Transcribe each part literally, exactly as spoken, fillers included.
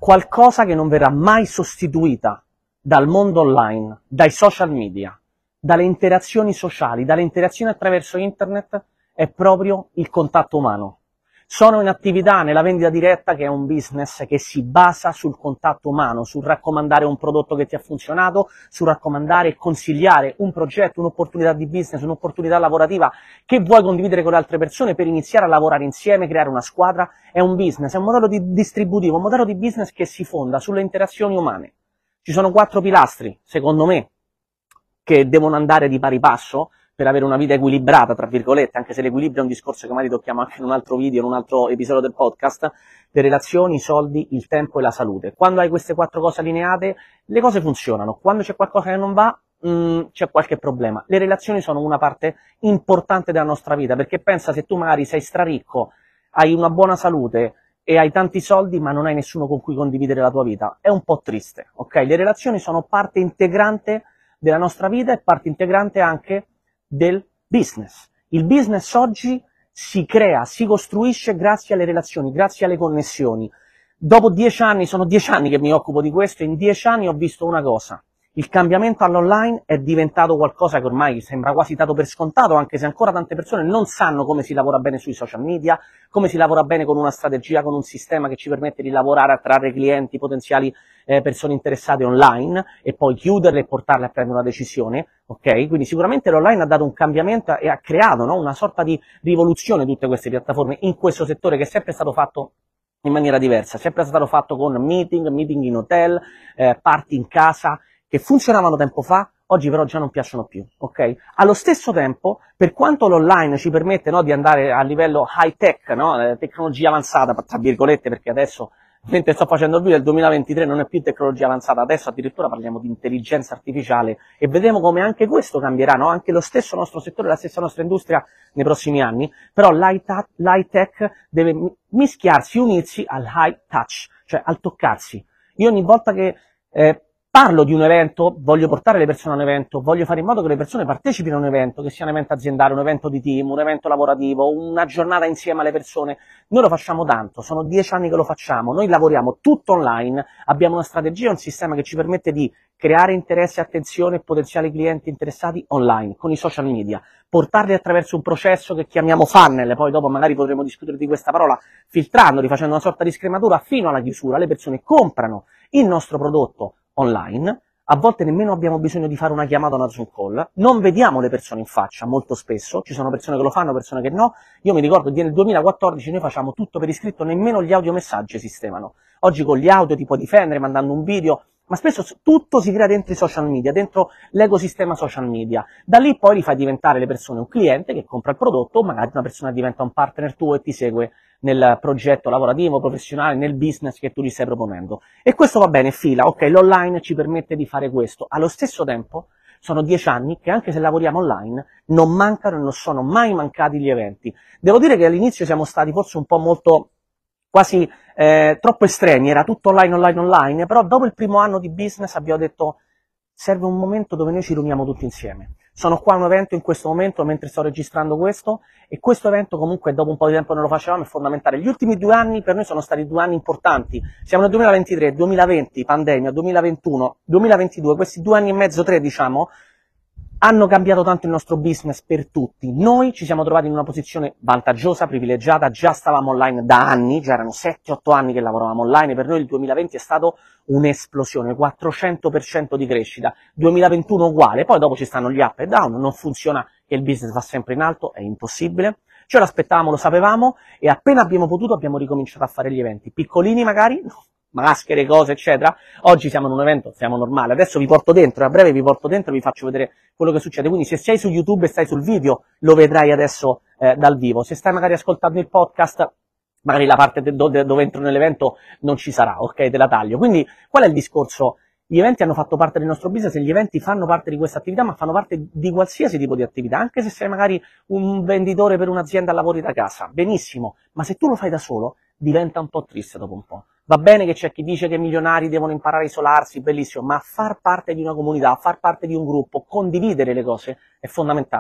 qualcosa che non verrà mai sostituita dal mondo online, dai social media, dalle interazioni sociali, dalle interazioni attraverso internet, è proprio il contatto umano. Sono in attività nella vendita diretta, che è un business che si basa sul contatto umano, sul raccomandare un prodotto che ti ha funzionato, sul raccomandare e consigliare un progetto, un'opportunità di business, un'opportunità lavorativa che vuoi condividere con le altre persone per iniziare a lavorare insieme, creare una squadra. È un business, è un modello di distributivo, un modello di business che si fonda sulle interazioni umane. Ci sono quattro pilastri, secondo me, che devono andare di pari passo per avere una vita equilibrata, tra virgolette, anche se l'equilibrio è un discorso che magari tocchiamo anche in un altro video, in un altro episodio del podcast: le relazioni, i soldi, il tempo e la salute. Quando hai queste quattro cose allineate, le cose funzionano. Quando c'è qualcosa che non va, mh, c'è qualche problema. Le relazioni sono una parte importante della nostra vita, perché pensa, se tu magari sei straricco, hai una buona salute e hai tanti soldi, ma non hai nessuno con cui condividere la tua vita, è un po' triste, ok? Le relazioni sono parte integrante della nostra vita e parte integrante anche del business. Il business oggi si crea, si costruisce grazie alle relazioni, grazie alle connessioni. Dopo dieci anni, sono dieci anni che mi occupo di questo, e in dieci anni ho visto una cosa: il cambiamento all'online è diventato qualcosa che ormai sembra quasi dato per scontato, anche se ancora tante persone non sanno come si lavora bene sui social media, come si lavora bene con una strategia, con un sistema che ci permette di lavorare, attrarre clienti, potenziali eh, persone interessate online, e poi chiuderle e portarle a prendere una decisione, ok? Quindi sicuramente l'online ha dato un cambiamento e ha creato, no, una sorta di rivoluzione, tutte queste piattaforme, in questo settore che è sempre stato fatto in maniera diversa, è sempre stato fatto con meeting, meeting in hotel, eh, party in casa, che funzionavano tempo fa, oggi però già non piacciono più, ok? Allo stesso tempo, per quanto l'online ci permette, no, di andare a livello high tech, no, eh, tecnologia avanzata, tra virgolette, perché adesso, mentre sto facendo il video, il duemilaventitré non è più tecnologia avanzata, adesso addirittura parliamo di intelligenza artificiale, e vedremo come anche questo cambierà, no? Anche lo stesso nostro settore, la stessa nostra industria nei prossimi anni, però l'high tech deve mischiarsi, unirsi al high touch, cioè al toccarsi. Io ogni volta che eh, parlo di un evento, voglio portare le persone a un evento, voglio fare in modo che le persone partecipino a un evento, che sia un evento aziendale, un evento di team, un evento lavorativo, una giornata insieme alle persone. Noi lo facciamo tanto, sono dieci anni che lo facciamo, noi lavoriamo tutto online, abbiamo una strategia, un sistema che ci permette di creare interesse e attenzione e potenziali clienti interessati online, con i social media, portarli attraverso un processo che chiamiamo funnel, poi dopo magari potremo discutere di questa parola, filtrandoli, facendo una sorta di scrematura fino alla chiusura. Le persone comprano il nostro prodotto online, a volte nemmeno abbiamo bisogno di fare una chiamata o una Zoom call, non vediamo le persone in faccia molto spesso, ci sono persone che lo fanno, persone che no. Io mi ricordo che nel duemilaquattordici noi facciamo tutto per iscritto, nemmeno gli audiomessaggi esistevano. Oggi con gli audio ti puoi difendere mandando un video, ma spesso tutto si crea dentro i social media, dentro l'ecosistema social media. Da lì poi li fai diventare le persone un cliente che compra il prodotto, o magari una persona diventa un partner tuo e ti segue nel progetto lavorativo, professionale, nel business che tu gli stai proponendo. E questo va bene, fila, ok, l'online ci permette di fare questo. Allo stesso tempo sono dieci anni che, anche se lavoriamo online, non mancano e non sono mai mancati gli eventi. Devo dire che all'inizio siamo stati forse un po' molto, quasi eh, troppo estremi, era tutto online, online, online, però dopo il primo anno di business abbiamo detto: serve un momento dove noi ci riuniamo tutti insieme. Sono qua a un evento in questo momento, mentre sto registrando questo, e questo evento comunque dopo un po' di tempo non lo facevamo, è fondamentale. Gli ultimi due anni per noi sono stati due anni importanti. Siamo nel duemilaventitré, duemilaventi, pandemia, duemilaventuno, duemilaventidue, questi due anni e mezzo, tre diciamo, hanno cambiato tanto il nostro business per tutti. Noi ci siamo trovati in una posizione vantaggiosa, privilegiata, già stavamo online da anni, già erano sette otto anni che lavoravamo online, per noi il duemilaventi è stato un'esplosione, quattrocento per cento di crescita, duemilaventuno uguale, poi dopo ci stanno gli up e down, non funziona che il business va sempre in alto, è impossibile, ce l'aspettavamo, lo sapevamo, e appena abbiamo potuto abbiamo ricominciato a fare gli eventi, piccolini magari, no, maschere, cose, eccetera. Oggi siamo in un evento, siamo normale. Adesso vi porto dentro, a breve vi porto dentro e vi faccio vedere quello che succede. Quindi se sei su YouTube e stai sul video, lo vedrai adesso eh, dal vivo. Se stai magari ascoltando il podcast, magari la parte de- dove, dove entro nell'evento non ci sarà, ok? Te la taglio. Quindi qual è il discorso? Gli eventi hanno fatto parte del nostro business e gli eventi fanno parte di questa attività, ma fanno parte di qualsiasi tipo di attività, anche se sei magari un venditore per un'azienda a lavori da casa. Benissimo, ma se tu lo fai da solo, diventa un po' triste dopo un po'. Va bene che c'è chi dice che i milionari devono imparare a isolarsi, bellissimo, ma far parte di una comunità, far parte di un gruppo, condividere le cose è fondamentale.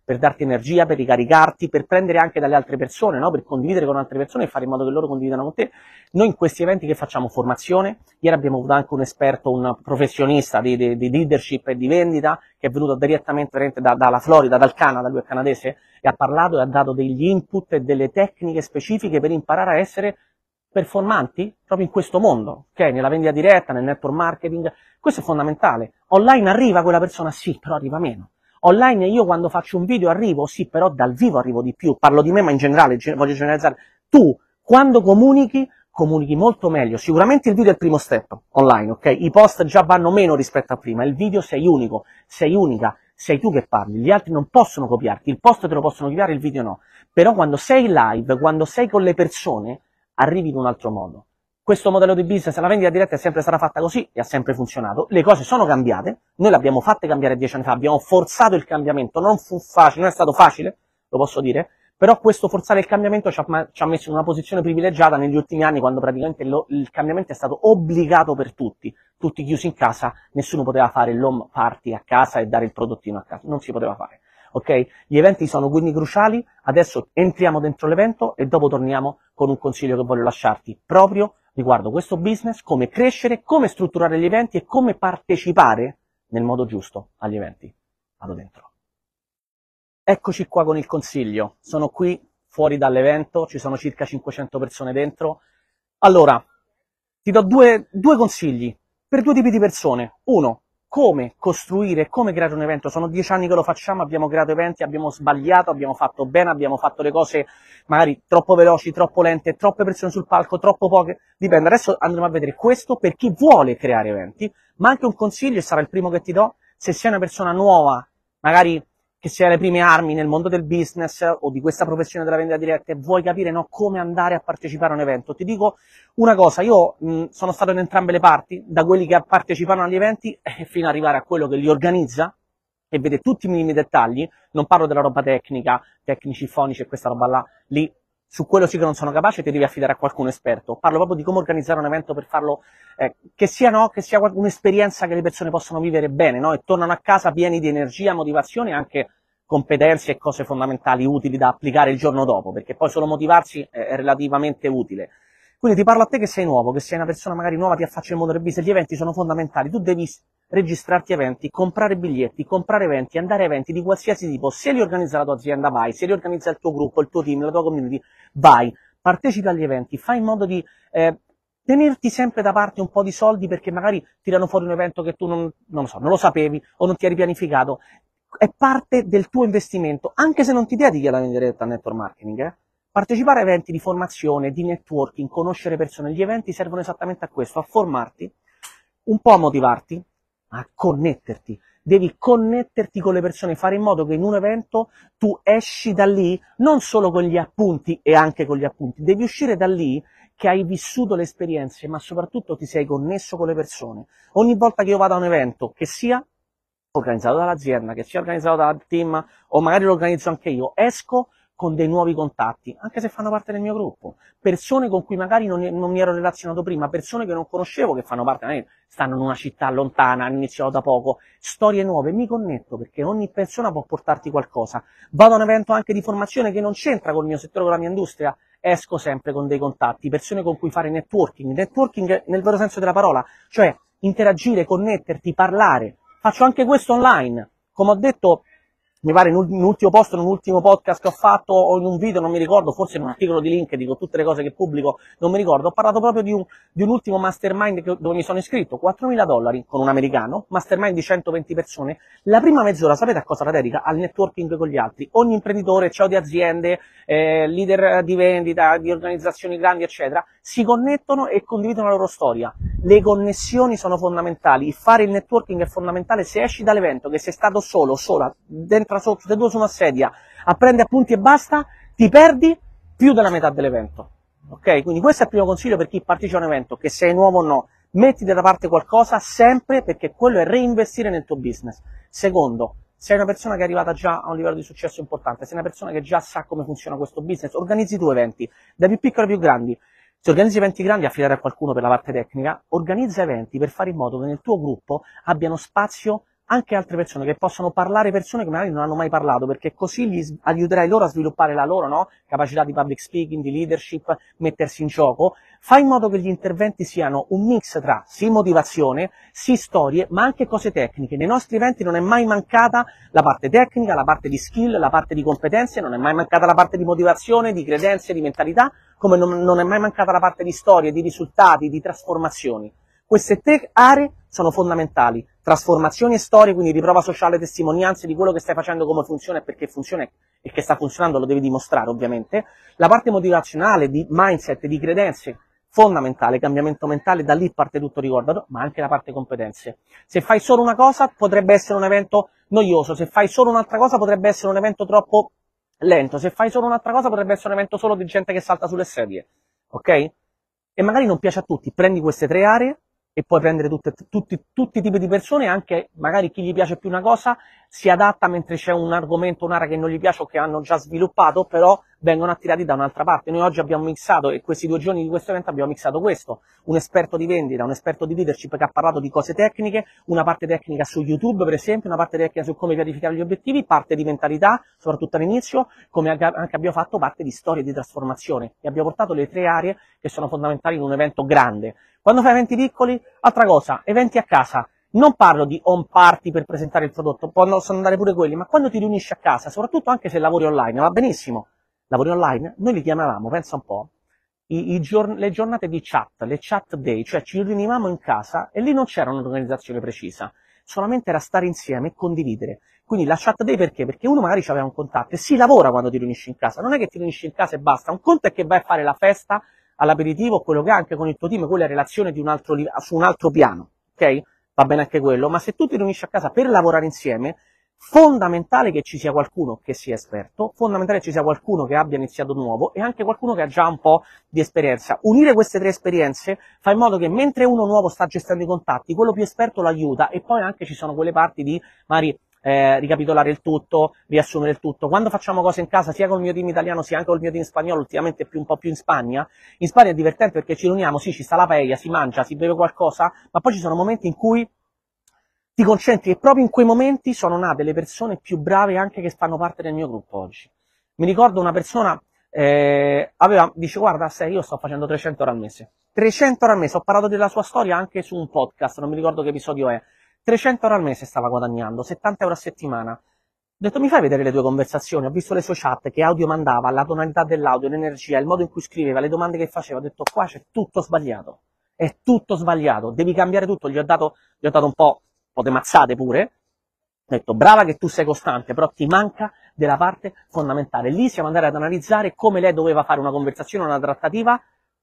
per darti energia, per ricaricarti, per prendere anche dalle altre persone, no? Per condividere con altre persone e fare in modo che loro condividano con te. Noi in questi eventi che facciamo formazione, ieri abbiamo avuto anche un esperto, un professionista di, di, di leadership e di vendita, che è venuto direttamente da, dalla Florida, dal Canada, lui è canadese, e ha parlato e ha dato degli input e delle tecniche specifiche per imparare a essere performanti proprio in questo mondo, ok? Nella vendita diretta, nel network marketing, questo è fondamentale. Online arriva quella persona? Sì, però arriva meno. Online io quando faccio un video arrivo? Sì, però dal vivo arrivo di più. Parlo di me, ma in generale, voglio generalizzare. Tu, quando comunichi, comunichi molto meglio. Sicuramente il video è il primo step online, ok? I post già vanno meno rispetto a prima. Il video sei unico, sei unica, sei tu che parli. Gli altri non possono copiarti. Il post te lo possono copiare, il video no. Però quando sei live, quando sei con le persone, arrivi in un altro modo. Questo modello di business, la vendita diretta è sempre stata fatta così e ha sempre funzionato. Le cose sono cambiate, noi le abbiamo fatte cambiare dieci anni fa, abbiamo forzato il cambiamento, non fu facile, non è stato facile, lo posso dire, però questo forzare il cambiamento ci ha, ci ha messo in una posizione privilegiata negli ultimi anni, quando praticamente lo, il cambiamento è stato obbligato per tutti, tutti chiusi in casa, nessuno poteva fare l'home party a casa e dare il prodottino a casa, non si poteva fare. Ok? Gli eventi sono quindi cruciali, adesso entriamo dentro l'evento e dopo torniamo con un consiglio che voglio lasciarti proprio riguardo questo business, come crescere, come strutturare gli eventi e come partecipare nel modo giusto agli eventi. Vado dentro. Eccoci qua con il consiglio, sono qui fuori dall'evento, ci sono circa cinquecento persone dentro. Allora, ti do due, due consigli per due tipi di persone. Uno, come costruire, come creare un evento. Sono dieci anni che lo facciamo, abbiamo creato eventi, abbiamo sbagliato, abbiamo fatto bene, abbiamo fatto le cose magari troppo veloci, troppo lente, troppe persone sul palco, troppo poche, dipende. Adesso andremo a vedere questo per chi vuole creare eventi, ma anche un consiglio, e sarà il primo che ti do, se sei una persona nuova, magari che sia alle prime armi nel mondo del business o di questa professione della vendita diretta e vuoi capire, no, come andare a partecipare a un evento. Ti dico una cosa, io mh, sono stato in entrambe le parti, da quelli che partecipano agli eventi eh, fino ad arrivare a quello che li organizza e vede tutti i minimi dettagli. Non parlo della roba tecnica, tecnici, fonici e questa roba là, lì su quello sì che non sono capace, ti devi affidare a qualcuno esperto. Parlo proprio di come organizzare un evento per farlo, eh, che sia, no, che sia un'esperienza che le persone possono vivere bene, no? E tornano a casa pieni di energia, motivazione e anche competenze e cose fondamentali utili da applicare il giorno dopo, perché poi solo motivarsi è relativamente utile. Quindi ti parlo a te che sei nuovo, che sei una persona magari nuova, ti affacci nel mondo del business, gli eventi sono fondamentali, tu devi registrarti eventi, comprare biglietti, comprare eventi, andare a eventi di qualsiasi tipo. Se li organizza la tua azienda, vai. Se li organizza il tuo gruppo, il tuo team, la tua community, vai. Partecipa agli eventi, fai in modo di eh, tenerti sempre da parte un po' di soldi, perché magari tirano fuori un evento che tu non, non lo so, non lo sapevi o non ti eri pianificato. È parte del tuo investimento, anche se non ti dedichi alla vendita diretta al network marketing, eh? Partecipare a eventi di formazione, di networking, conoscere persone, gli eventi servono esattamente a questo, a formarti, un po' a motivarti, a connetterti. Devi connetterti con le persone, fare in modo che in un evento tu esci da lì non solo con gli appunti e anche con gli appunti, devi uscire da lì che hai vissuto le esperienze, ma soprattutto ti sei connesso con le persone. Ogni volta che io vado a un evento, che sia organizzato dall'azienda, che sia organizzato dal team, o magari lo organizzo anche io, esco con dei nuovi contatti, anche se fanno parte del mio gruppo, persone con cui magari non, non mi ero relazionato prima, persone che non conoscevo che fanno parte, magari stanno in una città lontana, hanno iniziato da poco, storie nuove, mi connetto perché ogni persona può portarti qualcosa. Vado a un evento anche di formazione che non c'entra col mio settore, con la mia industria, esco sempre con dei contatti, persone con cui fare networking, networking nel vero senso della parola, cioè interagire, connetterti, parlare. Faccio anche questo online, come ho detto, mi pare in un ultimo post, in un ultimo podcast che ho fatto, o in un video, non mi ricordo, forse in un articolo di LinkedIn, con tutte le cose che pubblico, non mi ricordo, ho parlato proprio di un, di un ultimo mastermind che, dove mi sono iscritto, quattromila dollari con un americano, mastermind di centoventi persone, la prima mezz'ora, sapete a cosa la dedica? Al networking con gli altri. Ogni imprenditore, C E O di aziende, eh, leader di vendita, di organizzazioni grandi, eccetera, si connettono e condividono la loro storia. Le connessioni sono fondamentali, fare il networking è fondamentale. Se esci dall'evento che sei stato solo, sola, dentro sotto, seduto su una sedia, a prendere appunti e basta, ti perdi più della metà dell'evento. Ok? Quindi questo è il primo consiglio per chi partecipa a un evento, che sei nuovo o no, mettiti da parte qualcosa sempre, perché quello è reinvestire nel tuo business. Secondo, sei una persona che è arrivata già a un livello di successo importante, sei una persona che già sa come funziona questo business, organizzi tu eventi, da più piccoli a più grandi. Se organizzi eventi grandi, affidare a qualcuno per la parte tecnica, organizza eventi per fare in modo che nel tuo gruppo abbiano spazio anche altre persone, che possono parlare persone che magari non hanno mai parlato, perché così gli aiuterai loro a sviluppare la loro, no, capacità di public speaking, di leadership, mettersi in gioco. Fai in modo che gli interventi siano un mix tra sì motivazione, sì storie, ma anche cose tecniche. Nei nostri eventi non è mai mancata la parte tecnica, la parte di skill, la parte di competenze, non è mai mancata la parte di motivazione, di credenze, di mentalità, come non, non è mai mancata la parte di storie, di risultati, di trasformazioni. Queste tre aree sono fondamentali: trasformazioni e storie, quindi riprova sociale, testimonianze di quello che stai facendo, come funziona e perché funziona, e che sta funzionando lo devi dimostrare ovviamente. La parte motivazionale, di mindset, di credenze, fondamentale, cambiamento mentale, da lì parte tutto, ricordalo, ma anche la parte competenze. Se fai solo una cosa potrebbe essere un evento noioso, se fai solo un'altra cosa potrebbe essere un evento troppo lento, se fai solo un'altra cosa potrebbe essere un evento solo di gente che salta sulle sedie, ok? E magari non piace a tutti, prendi queste tre aree e puoi prendere tutte, tutti, tutti i tipi di persone, anche magari chi gli piace più una cosa si adatta mentre c'è un argomento, un'area che non gli piace o che hanno già sviluppato, però vengono attirati da un'altra parte. Noi oggi abbiamo mixato, e questi due giorni di questo evento abbiamo mixato questo: un esperto di vendita, un esperto di leadership che ha parlato di cose tecniche, una parte tecnica su YouTube per esempio, una parte tecnica su come pianificare gli obiettivi, parte di mentalità, soprattutto all'inizio, come anche abbiamo fatto parte di storie di trasformazione, e abbiamo portato le tre aree che sono fondamentali in un evento grande. Quando fai eventi piccoli, altra cosa, eventi a casa. Non parlo di home party per presentare il prodotto, possono andare pure quelli, ma quando ti riunisci a casa, soprattutto anche se lavori online, va benissimo, lavori online, noi li chiamavamo, pensa un po', i, i giorn- le giornate di chat, le chat day, cioè ci riunivamo in casa e lì non c'era un'organizzazione precisa, solamente era stare insieme e condividere. Quindi la chat day perché? Perché uno magari aveva un contatto e si lavora quando ti riunisci in casa, non è che ti riunisci in casa e basta, un conto è che vai a fare la festa all'aperitivo, quello che ha anche con il tuo team, quella è relazione di un altro, su un altro piano, ok? Va bene anche quello, ma se tu ti riunisci a casa per lavorare insieme, fondamentale che ci sia qualcuno che sia esperto, fondamentale che ci sia qualcuno che abbia iniziato nuovo e anche qualcuno che ha già un po' di esperienza. Unire queste tre esperienze fa in modo che mentre uno nuovo sta gestendo i contatti, quello più esperto lo aiuta, e poi anche ci sono quelle parti di magari eh, ricapitolare il tutto, riassumere il tutto. Quando facciamo cose in casa, sia col mio team italiano sia anche col mio team spagnolo, ultimamente più un po' più in Spagna, in Spagna è divertente perché ci riuniamo, sì, ci sta la paella, si mangia, si beve qualcosa, ma poi ci sono momenti in cui ti concentri, e proprio in quei momenti sono nate le persone più brave anche che fanno parte del mio gruppo oggi. Mi ricordo una persona, eh, aveva, dice: guarda, sai, io sto facendo trecento ore al mese. trecento ore al mese, ho parlato della sua storia anche su un podcast, non mi ricordo che episodio è. trecento ore al mese stava guadagnando, settanta euro a settimana. Ho detto: mi fai vedere le tue conversazioni? Ho visto le sue chat, che audio mandava, la tonalità dell'audio, l'energia, il modo in cui scriveva, le domande che faceva. Ho detto: qua c'è tutto sbagliato. È tutto sbagliato, devi cambiare tutto. Gli ho dato, gli ho dato un po', un po' de mazzate pure. Ho detto: brava che tu sei costante, però ti manca della parte fondamentale. Lì siamo andati ad analizzare come lei doveva fare una conversazione, una trattativa.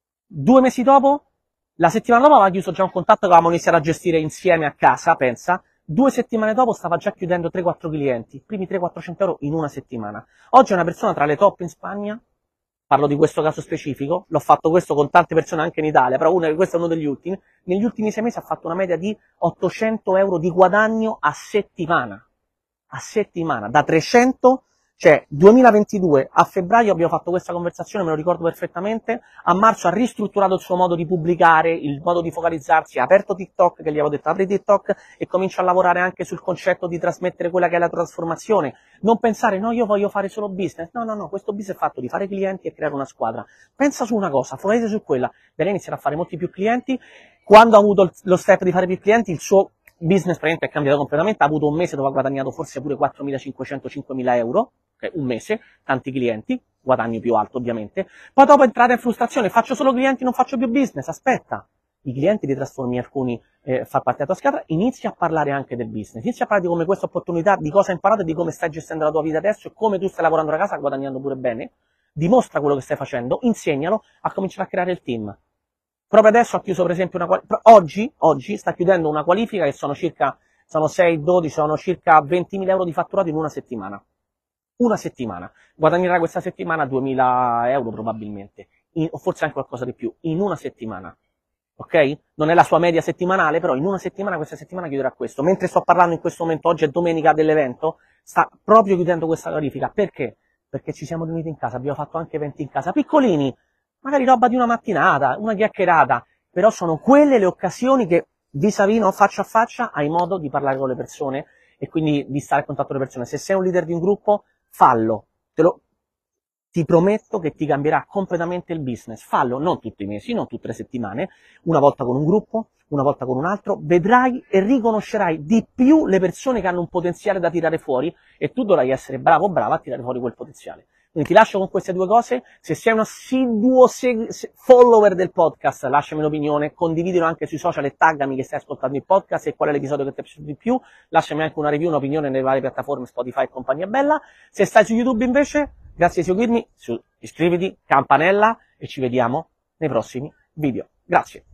Due mesi dopo, la settimana dopo aveva chiuso già un contatto che avevamo iniziato a gestire insieme a casa, pensa. Due settimane dopo stava già chiudendo tre quattro clienti, primi trecento quattrocento euro in una settimana. Oggi è una persona tra le top in Spagna. Parlo di questo caso specifico, l'ho fatto questo con tante persone anche in Italia, però uno, questo è uno degli ultimi. Negli ultimi sei mesi ha fatto una media di ottocento euro di guadagno a settimana. A settimana, da trecento, cioè duemilaventidue, a febbraio abbiamo fatto questa conversazione, me lo ricordo perfettamente. A marzo ha ristrutturato il suo modo di pubblicare, il modo di focalizzarsi, ha aperto TikTok, che gli avevo detto apri TikTok, e comincia a lavorare anche sul concetto di trasmettere quella che è la trasformazione. Non pensare: no, io voglio fare solo business. No, no, no, questo business è fatto di fare clienti e creare una squadra. Pensa su una cosa, focalizza su quella. Da lei inizierà a fare molti più clienti. Quando ha avuto lo step di fare più clienti, il suo business praticamente è cambiato completamente. Ha avuto un mese dove ha guadagnato forse pure quattromilacinquecento cinquemila euro, okay, un mese, tanti clienti, guadagno più alto ovviamente. Poi dopo è entrata in frustrazione: faccio solo clienti, non faccio più business. Aspetta, i clienti li trasformi, alcuni eh, fa parte della tua scatola, inizia a parlare anche del business, inizia a parlare di come questa opportunità, di cosa hai imparato e di come stai gestendo la tua vita adesso e come tu stai lavorando da casa guadagnando pure bene. Dimostra quello che stai facendo, insegnalo, a cominciare a creare il team. Proprio adesso ha chiuso per esempio una oggi, oggi sta chiudendo una qualifica che sono circa, sono sei dodici, sono circa ventimila euro di fatturato in una settimana. Una settimana. Guadagnerà questa settimana duemila euro probabilmente, in, o forse anche qualcosa di più, in una settimana. Ok? Non è la sua media settimanale, però in una settimana, questa settimana chiuderà questo. Mentre sto parlando in questo momento, oggi è domenica dell'evento, sta proprio chiudendo questa qualifica. Perché? Perché ci siamo riuniti in casa, abbiamo fatto anche eventi in casa, piccolini, magari roba di una mattinata, una chiacchierata, però sono quelle le occasioni che vis-à-vis, no, faccia a faccia, hai modo di parlare con le persone e quindi di stare a contatto con le persone. Se sei un leader di un gruppo, fallo. Te lo, ti prometto che ti cambierà completamente il business. Fallo non tutti i mesi, non tutte le settimane, una volta con un gruppo, una volta con un altro, vedrai e riconoscerai di più le persone che hanno un potenziale da tirare fuori e tu dovrai essere bravo o brava a tirare fuori quel potenziale. Quindi ti lascio con queste due cose. Se sei un assiduo seg- follower del podcast, lasciami un'opinione, condividilo anche sui social e taggami che stai ascoltando il podcast e qual è l'episodio che ti è piaciuto di più. Lasciami anche una review, un'opinione nelle varie piattaforme Spotify e compagnia bella. Se stai su YouTube invece, grazie di seguirmi, su, iscriviti, campanella e ci vediamo nei prossimi video. Grazie.